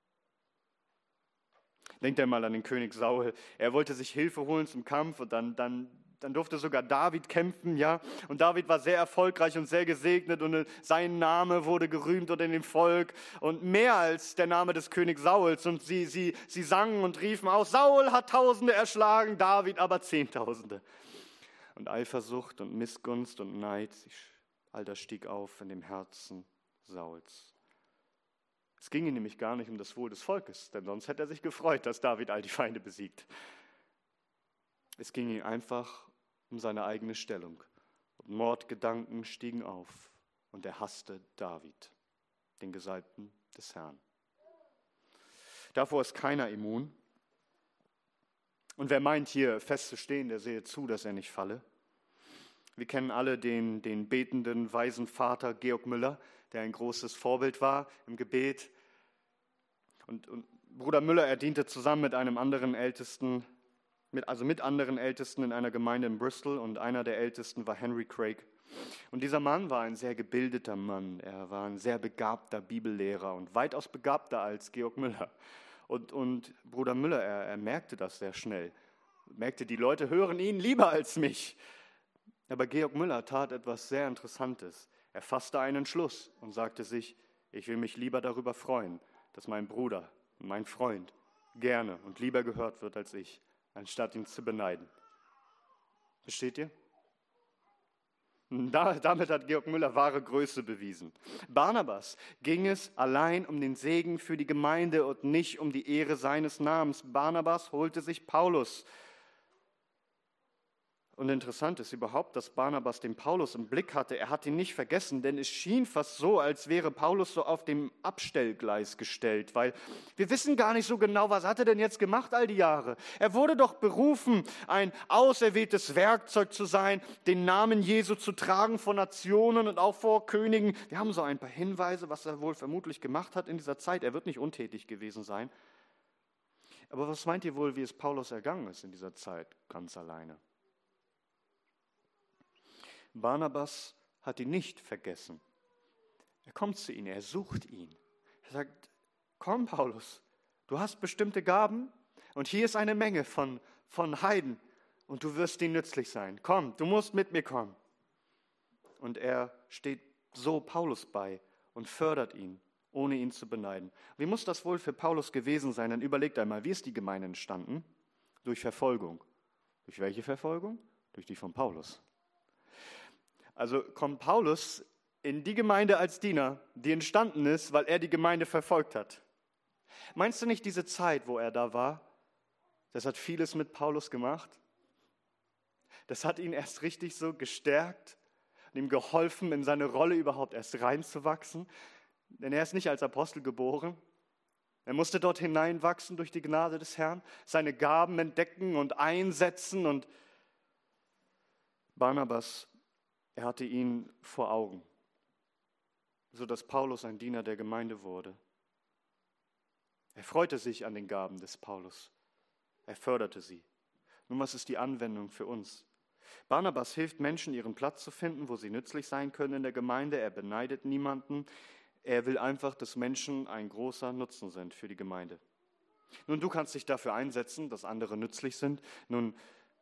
Denkt einmal an den König Saul. Er wollte sich Hilfe holen zum Kampf und dann, dann, dann durfte sogar David kämpfen, ja. Und David war sehr erfolgreich und sehr gesegnet und sein Name wurde gerühmt unter dem Volk und mehr als der Name des Königs Sauls. Und sie, sie, sie sangen und riefen aus, Saul hat Tausende erschlagen, David aber Zehntausende. Und Eifersucht und Missgunst und Neid, all das stieg auf in dem Herzen Sauls. Es ging ihm nämlich gar nicht um das Wohl des Volkes, denn sonst hätte er sich gefreut, dass David all die Feinde besiegt. Es ging ihm einfach um seine eigene Stellung. Und Mordgedanken stiegen auf und er hasste David, den Gesalbten des Herrn. Davor ist keiner immun. Und wer meint, hier festzustehen, der sehe zu, dass er nicht falle. Wir kennen alle den, den betenden, weisen Vater Georg Müller, der ein großes Vorbild war im Gebet. Und, und Bruder Müller, er diente zusammen mit einem anderen Ältesten, mit, also mit anderen Ältesten in einer Gemeinde in Bristol und einer der Ältesten war Henry Craig. Und dieser Mann war ein sehr gebildeter Mann, er war ein sehr begabter Bibellehrer und weitaus begabter als Georg Müller. Und, und Bruder Müller, er, er merkte das sehr schnell, merkte, die Leute hören ihn lieber als mich. Aber Georg Müller tat etwas sehr Interessantes. Er fasste einen Schluss und sagte sich, ich will mich lieber darüber freuen, dass mein Bruder, mein Freund, gerne und lieber gehört wird als ich, anstatt ihn zu beneiden. Versteht ihr? Da, damit hat Georg Müller wahre Größe bewiesen. Barnabas ging es allein um den Segen für die Gemeinde und nicht um die Ehre seines Namens. Barnabas holte sich Paulus. Und interessant ist überhaupt, dass Barnabas den Paulus im Blick hatte. Er hat ihn nicht vergessen, denn es schien fast so, als wäre Paulus so auf dem Abstellgleis gestellt, weil wir wissen gar nicht so genau, was hat er denn jetzt gemacht all die Jahre. Er wurde doch berufen, ein auserwähltes Werkzeug zu sein, den Namen Jesu zu tragen vor Nationen und auch vor Königen. Wir haben so ein paar Hinweise, was er wohl vermutlich gemacht hat in dieser Zeit. Er wird nicht untätig gewesen sein. Aber was meint ihr wohl, wie es Paulus ergangen ist in dieser Zeit, ganz alleine? Barnabas hat ihn nicht vergessen. Er kommt zu ihm, er sucht ihn. Er sagt, komm Paulus, du hast bestimmte Gaben und hier ist eine Menge von, von Heiden und du wirst ihnen nützlich sein. Komm, du musst mit mir kommen. Und er steht so Paulus bei und fördert ihn, ohne ihn zu beneiden. Wie muss das wohl für Paulus gewesen sein? Dann überlegt einmal, wie ist die Gemeinde entstanden? Durch Verfolgung. Durch welche Verfolgung? Durch die von Paulus. Also kommt Paulus in die Gemeinde als Diener, die entstanden ist, weil er die Gemeinde verfolgt hat. Meinst du nicht diese Zeit, wo er da war, das hat vieles mit Paulus gemacht? Das hat ihn erst richtig so gestärkt und ihm geholfen, in seine Rolle überhaupt erst reinzuwachsen. Denn er ist nicht als Apostel geboren. Er musste dort hineinwachsen durch die Gnade des Herrn, seine Gaben entdecken und einsetzen. Und Barnabas, er hatte ihn vor Augen, sodass Paulus ein Diener der Gemeinde wurde. Er freute sich an den Gaben des Paulus. Er förderte sie. Nun, was ist die Anwendung für uns? Barnabas hilft Menschen, ihren Platz zu finden, wo sie nützlich sein können in der Gemeinde. Er beneidet niemanden. Er will einfach, dass Menschen ein großer Nutzen sind für die Gemeinde. Nun, du kannst dich dafür einsetzen, dass andere nützlich sind. Nun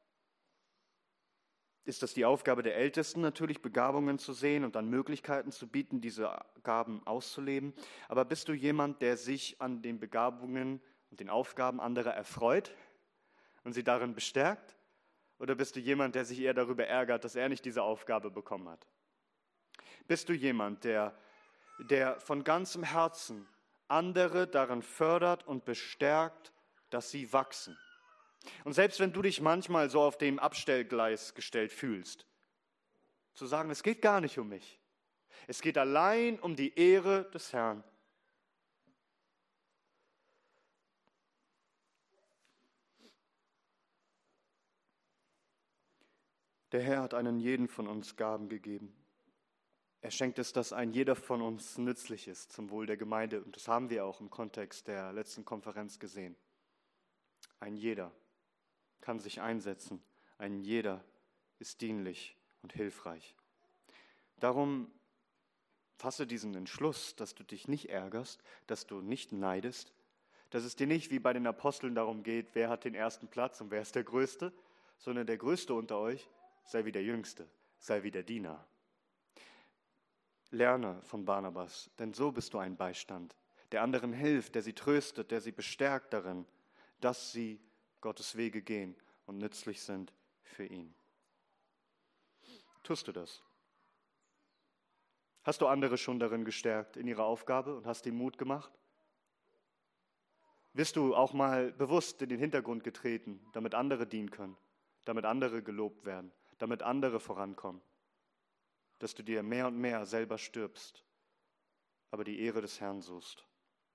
ist das die Aufgabe der Ältesten, natürlich Begabungen zu sehen und dann Möglichkeiten zu bieten, diese Gaben auszuleben. Aber bist du jemand, der sich an den Begabungen und den Aufgaben anderer erfreut und sie darin bestärkt? Oder bist du jemand, der sich eher darüber ärgert, dass er nicht diese Aufgabe bekommen hat? Bist du jemand, der, der von ganzem Herzen andere darin fördert und bestärkt, dass sie wachsen? Und selbst wenn du dich manchmal so auf dem Abstellgleis gestellt fühlst, zu sagen, es geht gar nicht um mich. Es geht allein um die Ehre des Herrn. Der Herr hat einen jeden von uns Gaben gegeben. Er schenkt es, dass ein jeder von uns nützlich ist zum Wohl der Gemeinde. Und das haben wir auch im Kontext der letzten Konferenz gesehen. Ein jeder kann sich einsetzen. Ein jeder ist dienlich und hilfreich. Darum fasse diesen Entschluss, dass du dich nicht ärgerst, dass du nicht neidest, dass es dir nicht wie bei den Aposteln darum geht, wer hat den ersten Platz und wer ist der Größte, sondern der Größte unter euch sei wie der Jüngste, sei wie der Diener. Lerne von Barnabas, denn so bist du ein Beistand, der anderen hilft, der sie tröstet, der sie bestärkt darin, dass sie Gottes Wege gehen und nützlich sind für ihn. Tust du das? Hast du andere schon darin gestärkt in ihrer Aufgabe und hast ihnen Mut gemacht? Bist du auch mal bewusst in den Hintergrund getreten, damit andere dienen können, damit andere gelobt werden, damit andere vorankommen, dass du dir mehr und mehr selber stirbst, aber die Ehre des Herrn suchst?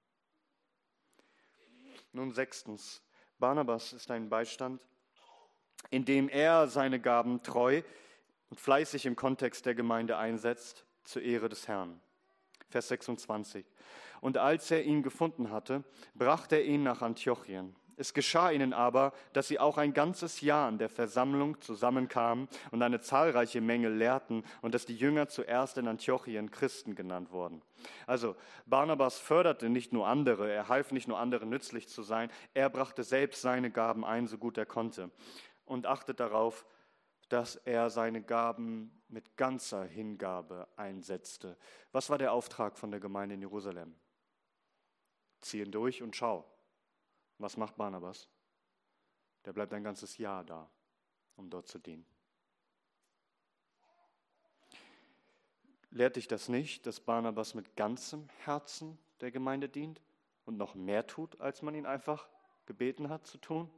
Nun sechstens, Barnabas ist ein Beistand, in dem er seine Gaben treu und fleißig im Kontext der Gemeinde einsetzt, zur Ehre des Herrn. Vers sechsundzwanzig. Und als er ihn gefunden hatte, brachte er ihn nach Antiochien. Es geschah ihnen aber, dass sie auch ein ganzes Jahr in der Versammlung zusammenkamen und eine zahlreiche Menge lehrten und dass die Jünger zuerst in Antiochien Christen genannt wurden. Also Barnabas förderte nicht nur andere, er half nicht nur anderen nützlich zu sein, er brachte selbst seine Gaben ein, so gut er konnte. Und achtet darauf, dass er seine Gaben mit ganzer Hingabe einsetzte. Was war der Auftrag von der Gemeinde in Jerusalem? Ziehen durch und schau. Was macht Barnabas? Der bleibt ein ganzes Jahr da, um dort zu dienen. Lehrt dich das nicht, dass Barnabas mit ganzem Herzen der Gemeinde dient und noch mehr tut, als man ihn einfach gebeten hat zu tun?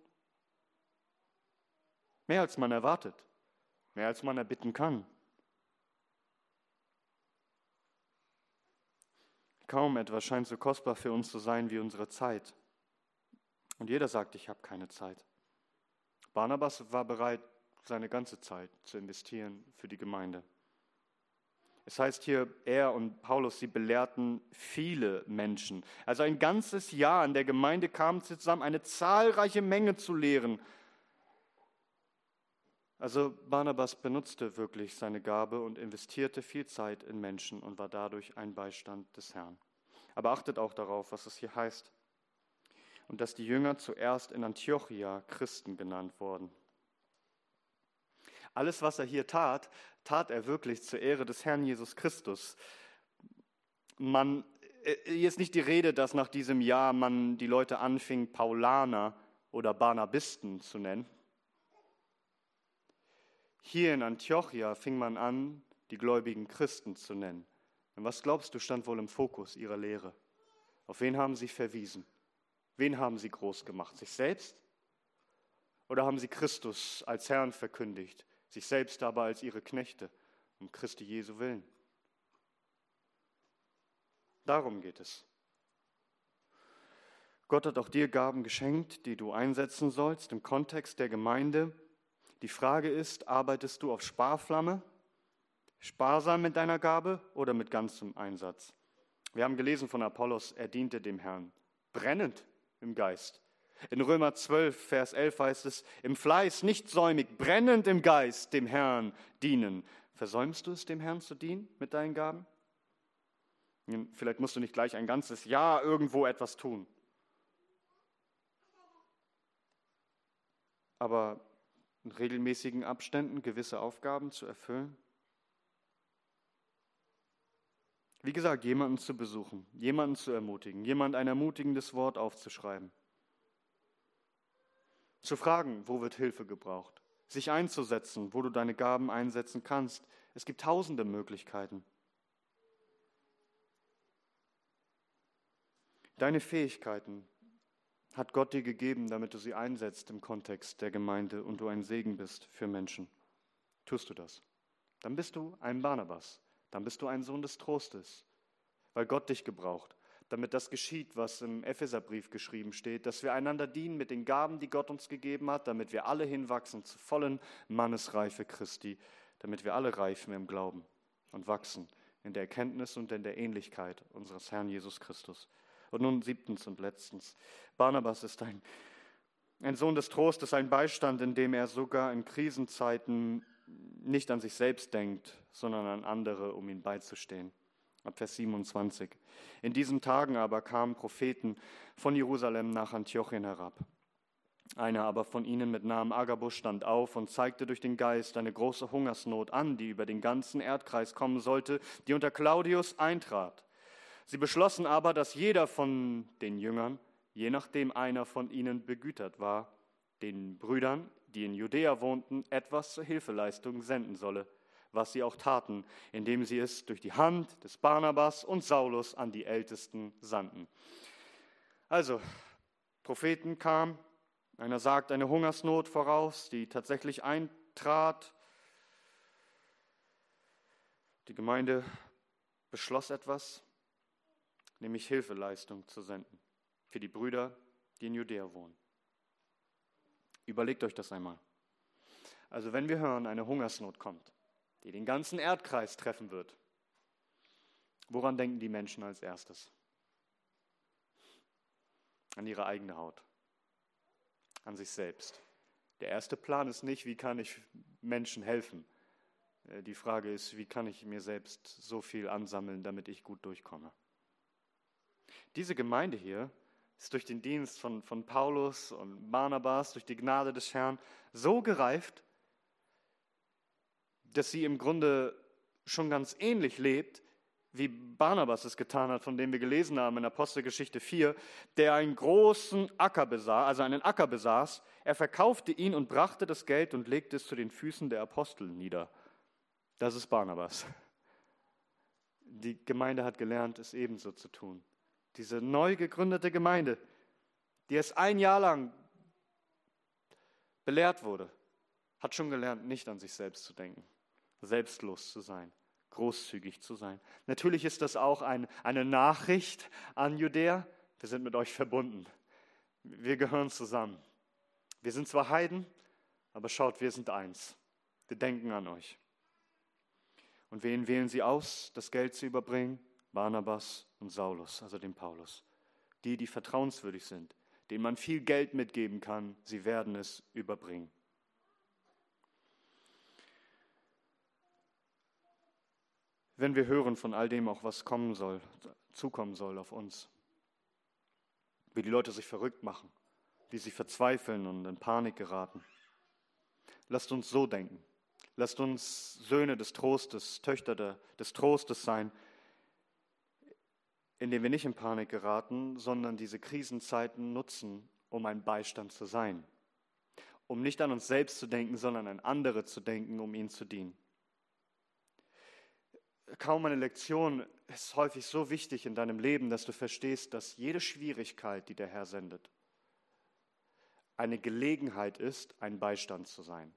Mehr als man erwartet, mehr als man erbitten kann. Kaum etwas scheint so kostbar für uns zu sein wie unsere Zeit. Und jeder sagt, ich habe keine Zeit. Barnabas war bereit, seine ganze Zeit zu investieren für die Gemeinde. Es heißt hier, er und Paulus, sie belehrten viele Menschen. Also ein ganzes Jahr in der Gemeinde kamen sie zusammen, eine zahlreiche Menge zu lehren. Also Barnabas benutzte wirklich seine Gabe und investierte viel Zeit in Menschen und war dadurch ein Beistand des Herrn. Aber achtet auch darauf, was es hier heißt. Und dass die Jünger zuerst in Antiochia Christen genannt wurden. Alles, was er hier tat, tat er wirklich zur Ehre des Herrn Jesus Christus. Man, hier ist nicht die Rede, dass nach diesem Jahr man die Leute anfing, Paulaner oder Barnabisten zu nennen. Hier in Antiochia fing man an, die gläubigen Christen zu nennen. Und was glaubst du, stand wohl im Fokus ihrer Lehre? Auf wen haben sie verwiesen? Wen haben sie groß gemacht? Sich selbst? Oder haben sie Christus als Herrn verkündigt, sich selbst aber als ihre Knechte, um Christi Jesu willen? Darum geht es. Gott hat auch dir Gaben geschenkt, die du einsetzen sollst im Kontext der Gemeinde. Die Frage ist, arbeitest du auf Sparflamme, sparsam mit deiner Gabe oder mit ganzem Einsatz? Wir haben gelesen von Apollos, er diente dem Herrn, brennend im Geist. In Römer zwölf, Vers elf heißt es, im Fleiß nicht säumig, brennend im Geist dem Herrn dienen. Versäumst du es, dem Herrn zu dienen mit deinen Gaben? Vielleicht musst du nicht gleich ein ganzes Jahr irgendwo etwas tun. Aber in regelmäßigen Abständen gewisse Aufgaben zu erfüllen? Wie gesagt, jemanden zu besuchen, jemanden zu ermutigen, jemand ein ermutigendes Wort aufzuschreiben. Zu fragen, wo wird Hilfe gebraucht? Sich einzusetzen, wo du deine Gaben einsetzen kannst. Es gibt tausende Möglichkeiten. Deine Fähigkeiten hat Gott dir gegeben, damit du sie einsetzt im Kontext der Gemeinde und du ein Segen bist für Menschen. Tust du das? Dann bist du ein Barnabas. Dann bist du ein Sohn des Trostes, weil Gott dich gebraucht, damit das geschieht, was im Epheserbrief geschrieben steht, dass wir einander dienen mit den Gaben, die Gott uns gegeben hat, damit wir alle hinwachsen zur vollen Mannesreife Christi, damit wir alle reifen im Glauben und wachsen in der Erkenntnis und in der Ähnlichkeit unseres Herrn Jesus Christus. Und nun siebtens und letztens, Barnabas ist ein, ein Sohn des Trostes, ein Beistand, in dem er sogar in Krisenzeiten nicht an sich selbst denkt, sondern an andere, um ihm beizustehen. Ab Vers siebenundzwanzig. In diesen Tagen aber kamen Propheten von Jerusalem nach Antiochien herab. Einer aber von ihnen mit Namen Agabus stand auf und zeigte durch den Geist eine große Hungersnot an, die über den ganzen Erdkreis kommen sollte, die unter Claudius eintrat. Sie beschlossen aber, dass jeder von den Jüngern, je nachdem einer von ihnen begütert war, den Brüdern, die in Judäa wohnten, etwas zur Hilfeleistung senden solle, was sie auch taten, indem sie es durch die Hand des Barnabas und Saulus an die Ältesten sandten. Also, Propheten kamen, einer sagt eine Hungersnot voraus, die tatsächlich eintrat. Die Gemeinde beschloss etwas, nämlich Hilfeleistung zu senden für die Brüder, die in Judäa wohnen. Überlegt euch das einmal. Also wenn wir hören, eine Hungersnot kommt, die den ganzen Erdkreis treffen wird, woran denken die Menschen als erstes? An ihre eigene Haut, an sich selbst. Der erste Plan ist nicht, wie kann ich Menschen helfen? Die Frage ist, wie kann ich mir selbst so viel ansammeln, damit ich gut durchkomme? Diese Gemeinde hier ist durch den Dienst von, von Paulus und Barnabas, durch die Gnade des Herrn, so gereift, dass sie im Grunde schon ganz ähnlich lebt, wie Barnabas es getan hat, von dem wir gelesen haben in Apostelgeschichte vier, der einen großen Acker besaß, also einen Acker besaß. Er verkaufte ihn und brachte das Geld und legte es zu den Füßen der Apostel nieder. Das ist Barnabas. Die Gemeinde hat gelernt, es ebenso zu tun. Diese neu gegründete Gemeinde, die erst ein Jahr lang belehrt wurde, hat schon gelernt, nicht an sich selbst zu denken, selbstlos zu sein, großzügig zu sein. Natürlich ist das auch ein, eine Nachricht an Judäa. Wir sind mit euch verbunden. Wir gehören zusammen. Wir sind zwar Heiden, aber schaut, wir sind eins. Wir denken an euch. Und wen wählen sie aus, das Geld zu überbringen? Barnabas und Saulus, also den Paulus. Die, die vertrauenswürdig sind, denen man viel Geld mitgeben kann, sie werden es überbringen. wenn wir hören von all dem auch, was kommen soll, zukommen soll auf uns. Wie die Leute sich verrückt machen, wie sie verzweifeln und in Panik geraten. Lasst uns so denken. Lasst uns Söhne des Trostes, Töchter des Trostes sein, indem wir nicht in Panik geraten, sondern diese Krisenzeiten nutzen, um ein Beistand zu sein. Um nicht an uns selbst zu denken, sondern an andere zu denken, um ihnen zu dienen. Kaum eine Lektion ist häufig so wichtig in deinem Leben, dass du verstehst, dass jede Schwierigkeit, die der Herr sendet, eine Gelegenheit ist, ein Beistand zu sein.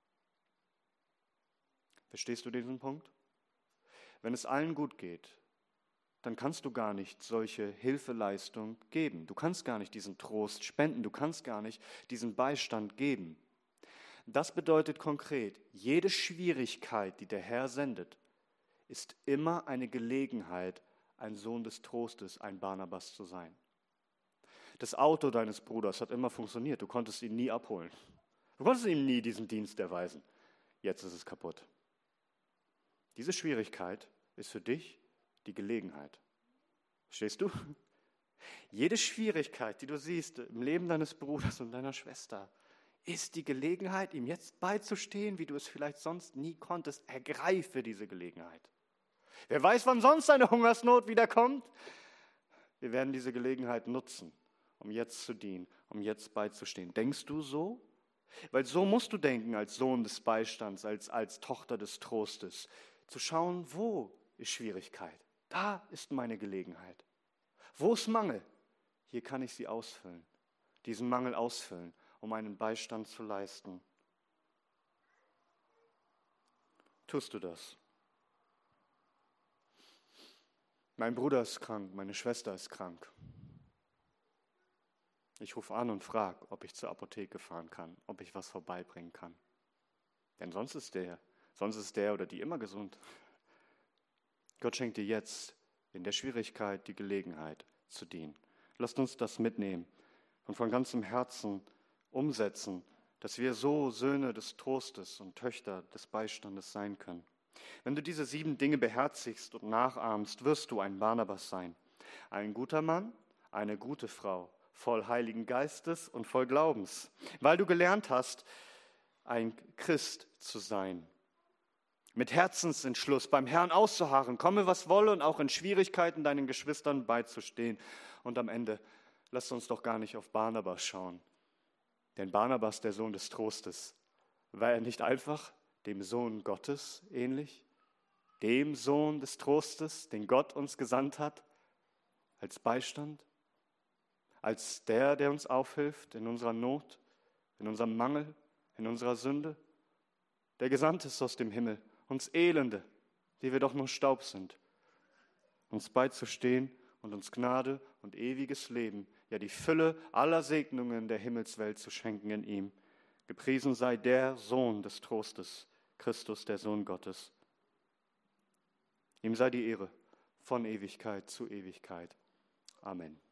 Verstehst du diesen Punkt? Wenn es allen gut geht, dann kannst du gar nicht solche Hilfeleistung geben. Du kannst gar nicht diesen Trost spenden. Du kannst gar nicht diesen Beistand geben. Das bedeutet konkret, jede Schwierigkeit, die der Herr sendet, ist immer eine Gelegenheit, ein Sohn des Trostes, ein Barnabas zu sein. Das Auto deines Bruders hat immer funktioniert. Du konntest ihn nie abholen. Du konntest ihm nie diesen Dienst erweisen. Jetzt ist es kaputt. Diese Schwierigkeit ist für dich die Gelegenheit. Verstehst du? Jede Schwierigkeit, die du siehst im Leben deines Bruders und deiner Schwester, ist die Gelegenheit, ihm jetzt beizustehen, wie du es vielleicht sonst nie konntest. Ergreife diese Gelegenheit. Wer weiß, wann sonst eine Hungersnot wiederkommt? Wir werden diese Gelegenheit nutzen, um jetzt zu dienen, um jetzt beizustehen. Denkst du so? Weil so musst du denken als Sohn des Beistands, als, als Tochter des Trostes. Zu schauen, wo ist Schwierigkeit? Da ist meine Gelegenheit. Wo ist Mangel? Hier kann ich sie ausfüllen, diesen Mangel ausfüllen, um einen Beistand zu leisten. Tust du das? Mein Bruder ist krank, meine Schwester ist krank. Ich rufe an und frage, ob ich zur Apotheke fahren kann, ob ich was vorbeibringen kann. Denn sonst ist der, sonst ist der oder die immer gesund. Gott schenkt dir jetzt in der Schwierigkeit die Gelegenheit zu dienen. Lasst uns das mitnehmen und von ganzem Herzen umsetzen, dass wir so Söhne des Trostes und Töchter des Beistandes sein können. Wenn du diese sieben Dinge beherzigst und nachahmst, wirst du ein Barnabas sein. Ein guter Mann, eine gute Frau, voll Heiligen Geistes und voll Glaubens, weil du gelernt hast, ein Christ zu sein. Mit Herzensentschluss beim Herrn auszuharren, komme was wolle und auch in Schwierigkeiten deinen Geschwistern beizustehen. Und am Ende, lasst uns doch gar nicht auf Barnabas schauen. Denn Barnabas, der Sohn des Trostes, war er nicht einfach dem Sohn Gottes ähnlich? Dem Sohn des Trostes, den Gott uns gesandt hat, als Beistand? Als der, der uns aufhilft in unserer Not, in unserem Mangel, in unserer Sünde? Der gesandt ist aus dem Himmel, uns Elende, die wir doch nur Staub sind, uns beizustehen und uns Gnade und ewiges Leben, ja die Fülle aller Segnungen der Himmelswelt zu schenken in ihm. Gepriesen sei der Sohn des Trostes, Christus, der Sohn Gottes. Ihm sei die Ehre von Ewigkeit zu Ewigkeit. Amen.